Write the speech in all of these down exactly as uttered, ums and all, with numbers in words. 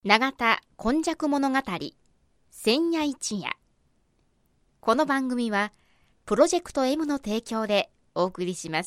永田今昔物語千夜一夜。この番組はプロジェクト M の提供でお送りします。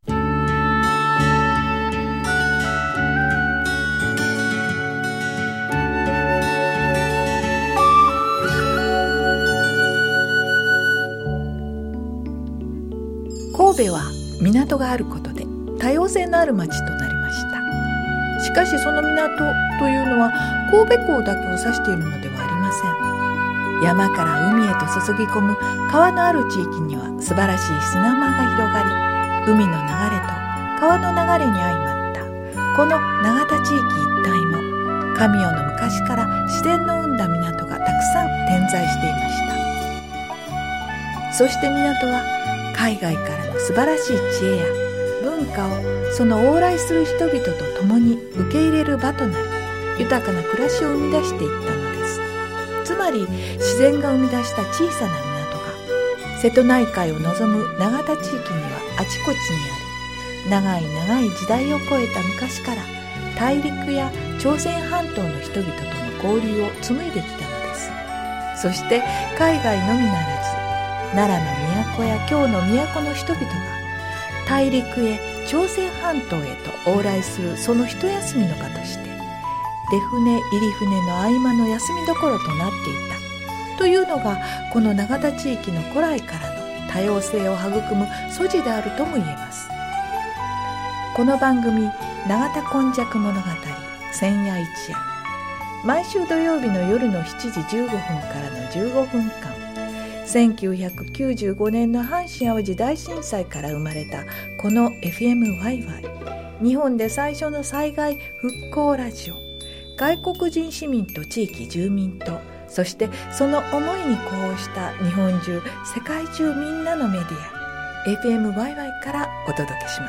神戸は港があることで多様性のある町となりました。しかしその港というのは神戸港だけを指しているのではありません。山から海へと注ぎ込む川のある地域には素晴らしい砂間が広がり、海の流れと川の流れに相まったこの永田地域一帯も神代の昔から自然の生んだ港がたくさん点在していました。そして港は海外からの素晴らしい知恵や文化をその往来する人々と共に受け入れる場となり、豊かな暮らしを生み出していったのです。つまり自然が生み出した小さな港が瀬戸内海を望む永田地域にはあちこちにあり、長い長い時代を超えた昔から大陸や朝鮮半島の人々との交流を紡いできたのです。そして海外のみならず奈良の都や京の都の人々が大陸へ朝鮮半島へと往来するその一休みの場として出船入り船の合間の休みどころとなっていたというのがこの永田地域の古来からの多様性を育む素地であるとも言えます。この番組永田今昔物語千夜一夜、毎週土曜日の夜のしちじじゅうごふんからのじゅうごふんかん、せんきゅうひゃくきゅうじゅうごねんの阪神・淡路大震災から生まれたこの エフエムワイワイ、 日本で最初の災害復興ラジオ、外国人市民と地域住民と、そしてその思いに呼応した日本中世界中みんなのメディア エフエムワイワイ からお届けします。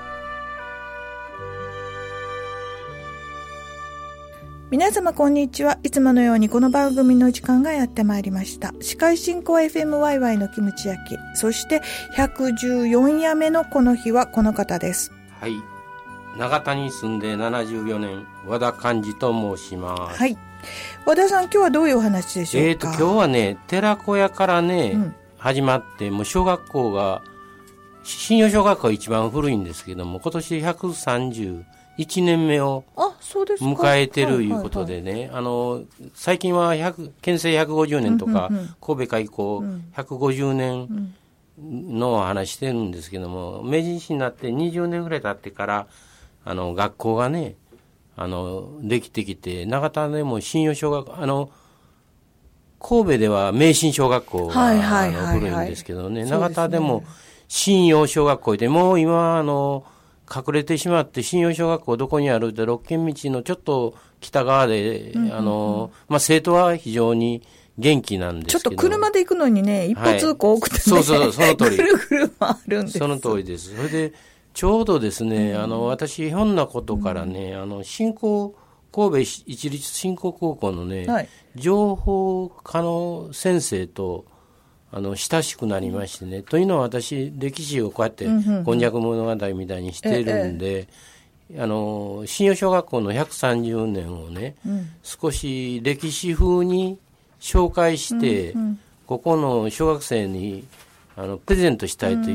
皆様こんにちは。いつものようにこの番組の時間がやってまいりました。司会進行は エフエムワイワイ のキムチ焼き、そしてひゃくじゅうよん夜目のこの日はこの方です。 はい、永田に住んでななじゅうよねん、和田寛治と申します。 はい、和田さん、今日はどういうお話でしょうか。 えーと今日はね、寺子屋からね、うん、始まって、もう小学校が信用小学校が一番古いんですけども、今年ひゃくさんじゅういちねんめを迎えてるいうことでね、はいはいはい、あの最近は憲政ひゃくごじゅうねんとか、うんうんうん、神戸開港ひゃくごじゅうねんの話してるんですけども、明治維新になってにじゅうねんぐらい経ってからあの学校がね、あのできてきて、永田でも信用小学校、あの神戸では明新小学校が、はいはいはいはい、古いんですけどね、永田でも信用小学校で、もう今あの隠れてしまって、信用小学校どこにあるって六軒道のちょっと北側で、うんうんうん、あのまあ、生徒は非常に元気なんですけど、 ちょっと車で行くのにね、一歩通行多くてね、はい、そうそう、その通りぐるぐる回るんです。 その通りです。それでちょうどですね、うん、あの私ひょんなことからね、うん、あの新興神戸市立新興高校のね、はい、情報科の先生とあの親しくなりましてね、うん、というのは私歴史をこうやって今昔物語みたいにしてるんで、うんうん、あの信用小学校のひゃくさんじゅうねんをね、うん、少し歴史風に紹介して、うんうん、ここの小学生にあのプレゼントしたいという、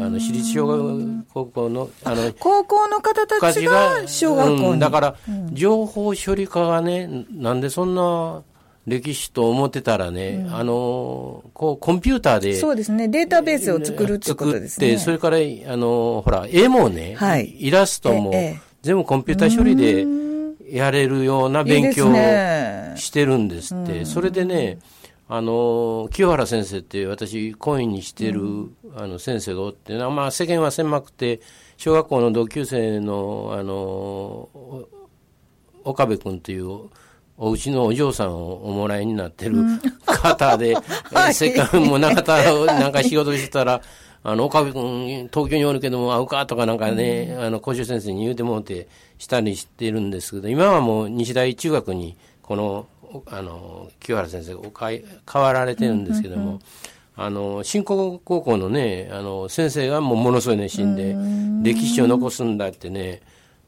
あの私立小学高校のあの高校の方たちが小学校に、 うん、だから、うん、情報処理科がね、なんでそんな歴史と思ってたらね、うん、あのこうコンピューターでそうですね、データベースを作るってことですね。 作って、それからあのほら絵もね、はい、イラストも全部コンピューター処理でやれるような勉強をしてるんですって。いいですね。それでね、あの清原先生って私懇意にしてる、うん、あの先生がおって、まあ世間は狭くて小学校の同級生のあの岡部君というおうちのお嬢さんをおもらいになってる方で、うんはい、せっかくもう中田なんか仕事してたら、あの岡部君東京におるけども会うかとかなんかね、うん、あの校長先生に言うてもらってしたりしてるんですけど、今はもう西大中学にこのあの清原先生が変わられてるんですけども、うんうんうん、あの新興高校のね、あの先生がもうものすごい熱心で、歴史を残すんだってね、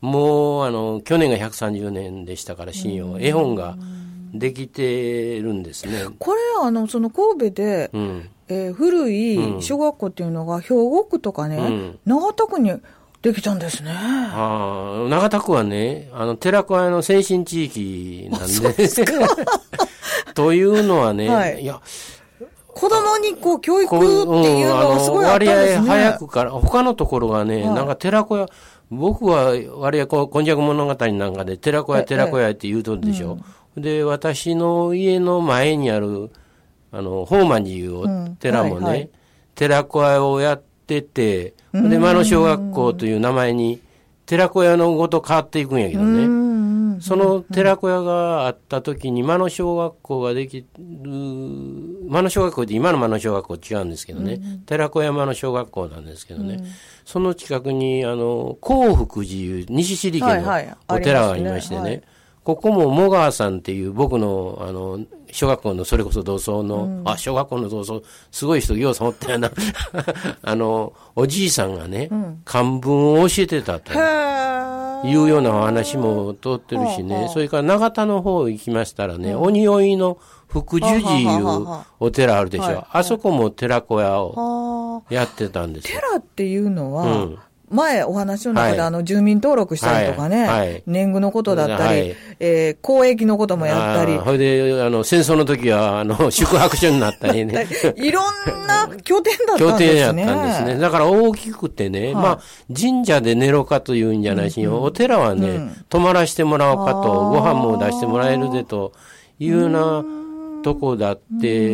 もうあの去年がひゃくさんじゅうねんでしたから信用絵本ができてるんですね。 これあのその神戸で、うんえー、古い小学校っていうのが兵庫区とかね、うん、長田区にできたんですね。 ああ、長田区はね、あの寺子屋の先進地域なんでというのはね、はい、いや子供にこう教育っていうのがすごいあったんですね。 割合早くから他のところがね、はい、なんか寺子屋僕は割合こう今昔物語なんかで寺子屋寺子屋って言うとるでしょ、うん、で私の家の前にあるあの宝満寺いう寺もね、うんはいはい、寺子屋をやっててで間野小学校という名前に寺子屋のごと変わっていくんやけどね、うんその寺子屋があった時に間野小学校ができる間野小学校って今の間野小学校違うんですけどね、うん、寺子屋間野小学校なんですけどね、うん、その近くにあの興福寺いう西尻家のお寺がありましてね、はいはいねはい、ここも茂川さんっていう僕のあの小学校のそれこそ同窓の、うん、あ小学校の同窓すごい人ようさ持ったよなあのおじいさんがね、うん、漢文を教えてたというようなお話も通ってるしね、それから長田の方行きましたらね、うん、鬼追いの福寿寺いうお寺あるでしょ、はいはい、あそこも寺子屋をやってたんですよ。 寺っていうのは、うん前お話の中で、はい、あの住民登録したりとかね、はいはい、年貢のことだったり、はいえー、公益のこともやったり。 それであの戦争の時はあの宿泊所になったりね。 いろんな拠点だったんですね。拠点やったんですね。 だから大きくてね、はい、まあ神社で寝ろかというんじゃないし、うんうん、お寺はね、うん、泊まらせてもらおうかと、ご飯も出してもらえるでというようなとこだって、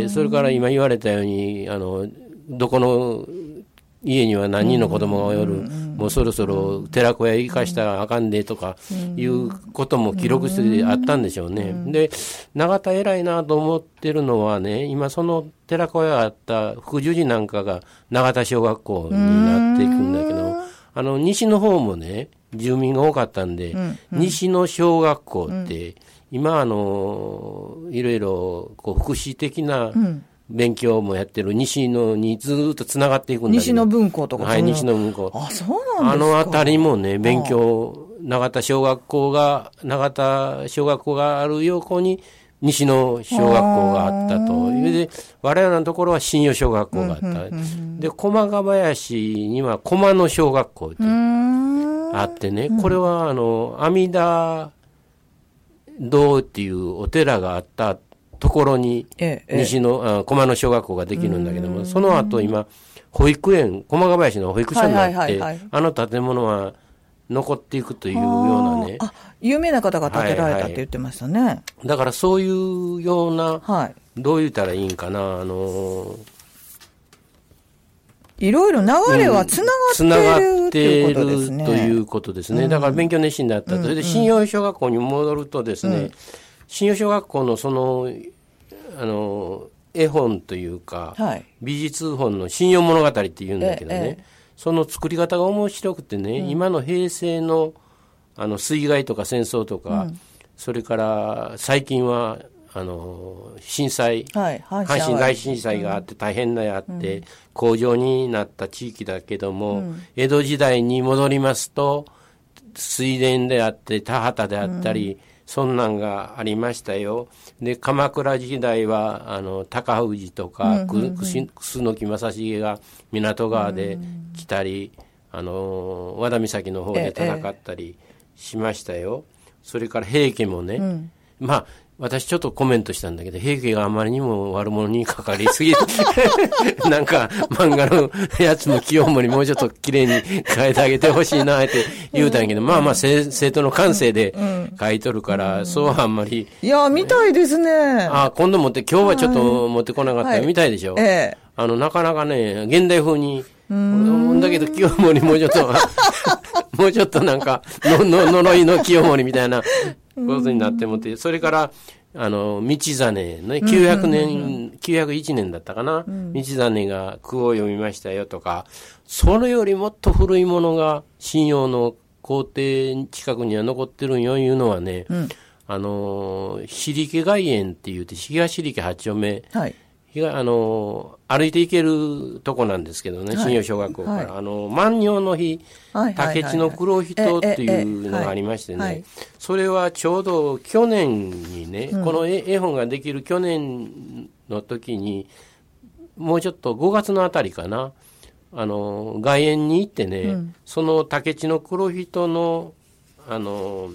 それから今言われたように、あの、どこの家には何人の子供がおる、うんうん、もうそろそろ寺子屋行かしたらあかんでとかいうことも記録してあったんでしょうね、うんうん、で永田偉いなと思ってるのはね今その寺子屋があった福寿寺なんかが永田小学校になっていくんだけど、あの西の方もね住民が多かったんで、うんうん、西の小学校って、うん、今あのいろいろこう福祉的な、うん勉強もやってる西野にずっとつながっていくんだけど西野文庫とかはい西野文庫あそうなんですか。 あのあたりもね勉強永田小学校が永田小学校がある横に西野小学校があったとで我々のところは新予小学校があった、うんうんうん、で駒ヶ林には駒野小学校ってあってねこれはあの阿弥陀堂っていうお寺があったところに西の駒野小学校ができるんだけども、その後今保育園駒ヶ林の保育所になって、はいはいはいはい、あの建物は残っていくというようなねあ有名な方が建てられたって言ってましたね、はいはい、 だからそういうような、はい、どう言ったらいいんかなあのいろいろ流れはつながっているということですね、 ということですね、うん、だから勉強熱心だった、うん、それで信用小学校に戻るとですね、うん信用小学校のその、あの、絵本というか、はい、美術本の信用物語って言うんだけどね、ええ、その作り方が面白くてね、うん、今の平成の、あの、水害とか戦争とか、うん、それから最近は、あの、震災、はい、阪神大震災があって大変なやあって、うん、工場になった地域だけども、うん、江戸時代に戻りますと、水田であって、田畑であったり、うんそんなんがありましたよ。で、鎌倉時代は、あの、高氏とか、うんうんうん、楠木正成が港川で来たり、うん、あの、和田岬の方で戦ったりしましたよ。ええ、それから平家もね、うん、まあ、私ちょっとコメントしたんだけど、平家があまりにも悪者にかかりすぎて、なんか漫画のやつも清盛もうちょっと綺麗に変えてあげてほしいなって言うたんやけど、うん、まあまあ生徒の感性で書いとるから、うん、そうはあんまり。 いや、見たいですね。 あ、今度持って、今日はちょっと持ってこなかったら見たいでしょ。はい、ええ、あの、なかなかね、現代風に、うんだけど清盛もうちょっと、もうちょっとなんか、の、の、呪いの清盛みたいな、ことになってもって、それから、あの、道真ね、きゅうひゃくねん、うんうんうん、きゅうひゃくいちねんだったかな、うん、道真が句を読みましたよとか、それよりもっと古いものが、信用の校庭近くには残ってるんよいうのはね、うん、あの、尻家外苑って言って、東尻家八丁目、はい、 あの歩いて行けるとこなんですけどね、信用小学校から、はい、あの万葉の日、竹地の黒人っていうのがありましてね、それはちょうど去年にね、うん、この絵本ができる去年の時にもうちょっとごがつのあたりかな、あの外苑に行ってね、うん、その竹地の黒人のあの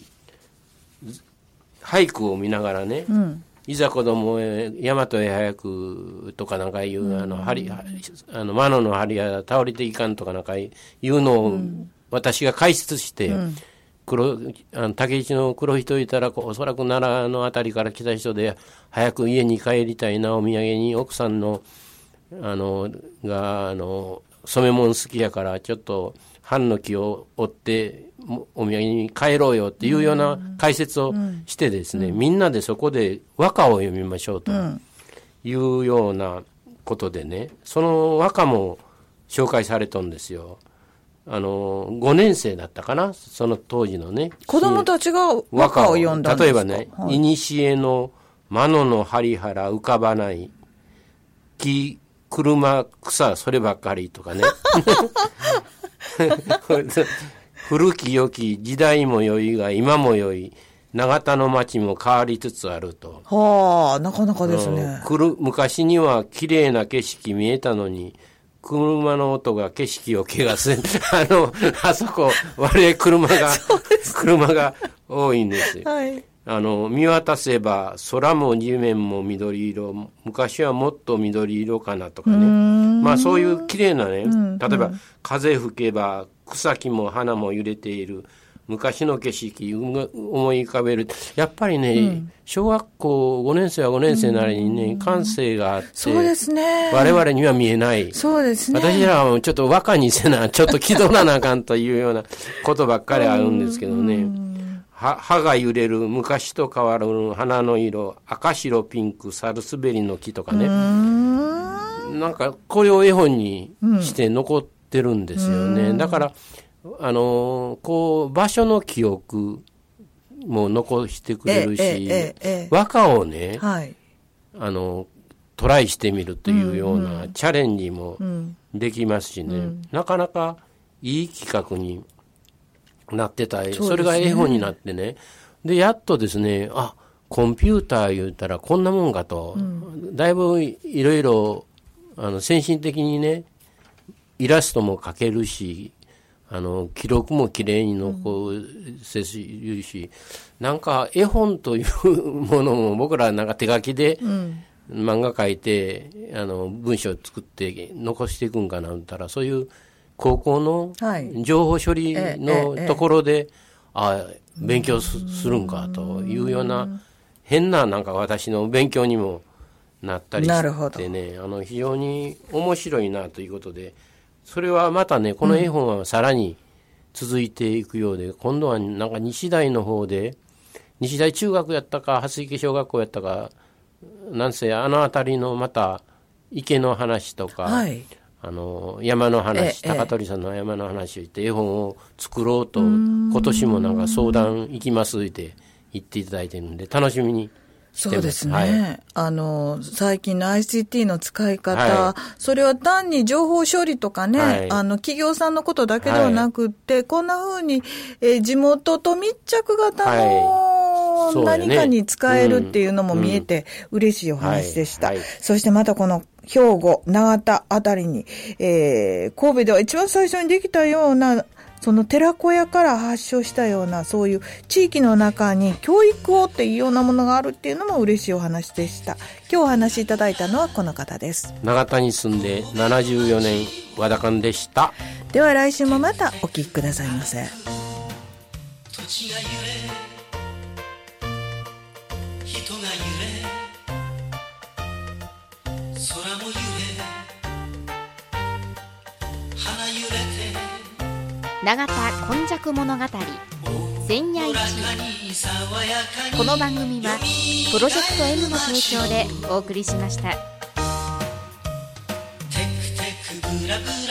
俳句を見ながらね、うん、いざ子供へ大和へ早くとかなんかいう、うん、あの針あの魔のの針や倒れていかんとかなんかいうのを私が解説して、うん、黒あの竹内の黒人いたらおそらく奈良のあたりから来た人で早く家に帰りたいな、お土産に奥さんのあのがあの染め物好きやからちょっと藩の木を折ってお土産に帰ろうよっていうような解説をしてですね、うんうん、みんなでそこで和歌を読みましょうというようなことでね、その和歌も紹介されたんですよ。あのごねん生だったかな、その当時のね子供たちが和歌を読んだんですか。 例えばね、いにしえの魔のの針原浮かばない木車草そればっかりとかね古き良き時代も良いが今も良い長田の町も変わりつつあると。 はあ、なかなかですね。 来る昔には綺麗な景色見えたのに車の音が景色を汚すあのあそこ悪い車が車が多いんですよ、はい、あの見渡せば空も地面も緑色、昔はもっと緑色かなとかね、まあそういう綺麗なね、例えば、うん、風吹けば草木も花も揺れている昔の景色思い浮かべる。やっぱりね、うん、小学校ごねん生はごねん生なりにね、感性があって、 そうですね、 我々には見えない。 そうですね。 私らはちょっと和歌にせな、ちょっと気取らなあかんというようなことばっかりあるんですけどね。は葉が揺れる昔と変わる花の色、赤白ピンクサルスベリの木とかね。んなんかこれを絵本にして残ってるんですよね。だから、あのー、こう場所の記憶も残してくれるし、ええええ、和歌をね、はい、あのトライしてみるというようなチャレンジもできますしね、うん、なかなかいい企画になってたり、 そ, それが絵本になってね、でやっとですね、あコンピューター言ったらこんなもんかと、うん、だいぶいろいろあの先進的にねイラストも描けるし、あの記録もきれいに残せるし、うん、なんか絵本というものも僕らなんか手書きで漫画描いて、あの文章を作って残していくんかなと思ったら、そういう高校の情報処理のところで、はい、あ勉強 す, するんかというような変ななんか私の勉強にもなったりしてね、あの非常に面白いなということで、それはまたねこの絵本はさらに続いていくようで、うん、今度はなんか西大の方で、西大中学やったか蓮池小学校やったかなんせあの辺りのまた池の話とか、はい、あの山の話、高取さんの山の話を言って絵本を作ろうと今年もなんか相談行きますって言っていただいてるんで楽しみにそうですね、はい、あの最近の アイシーティー の使い方、はい、それは単に情報処理とかね、はい、あの企業さんのことだけではなくって、はい、こんな風に、えー、地元と密着型の何かに使えるっていうのも見えて嬉しいお話でした、はいはい、そしてまたこの兵庫、長田あたりに、えー、神戸では一番最初にできたようなその寺子屋から発祥したようなそういう地域の中に教育をっていうようなものがあるっていうのも嬉しいお話でした。今日お話しいただいたのはこの方です。 長田に住んでななじゅうよねん和田勘でした。 では来週もまたお聞きくださいませ。 土地が揺れ人が揺れ空も揺れ花揺れて長田今昔物語千夜一夜。この番組はプロジェクト M の提供でお送りしました。テクテクブラブ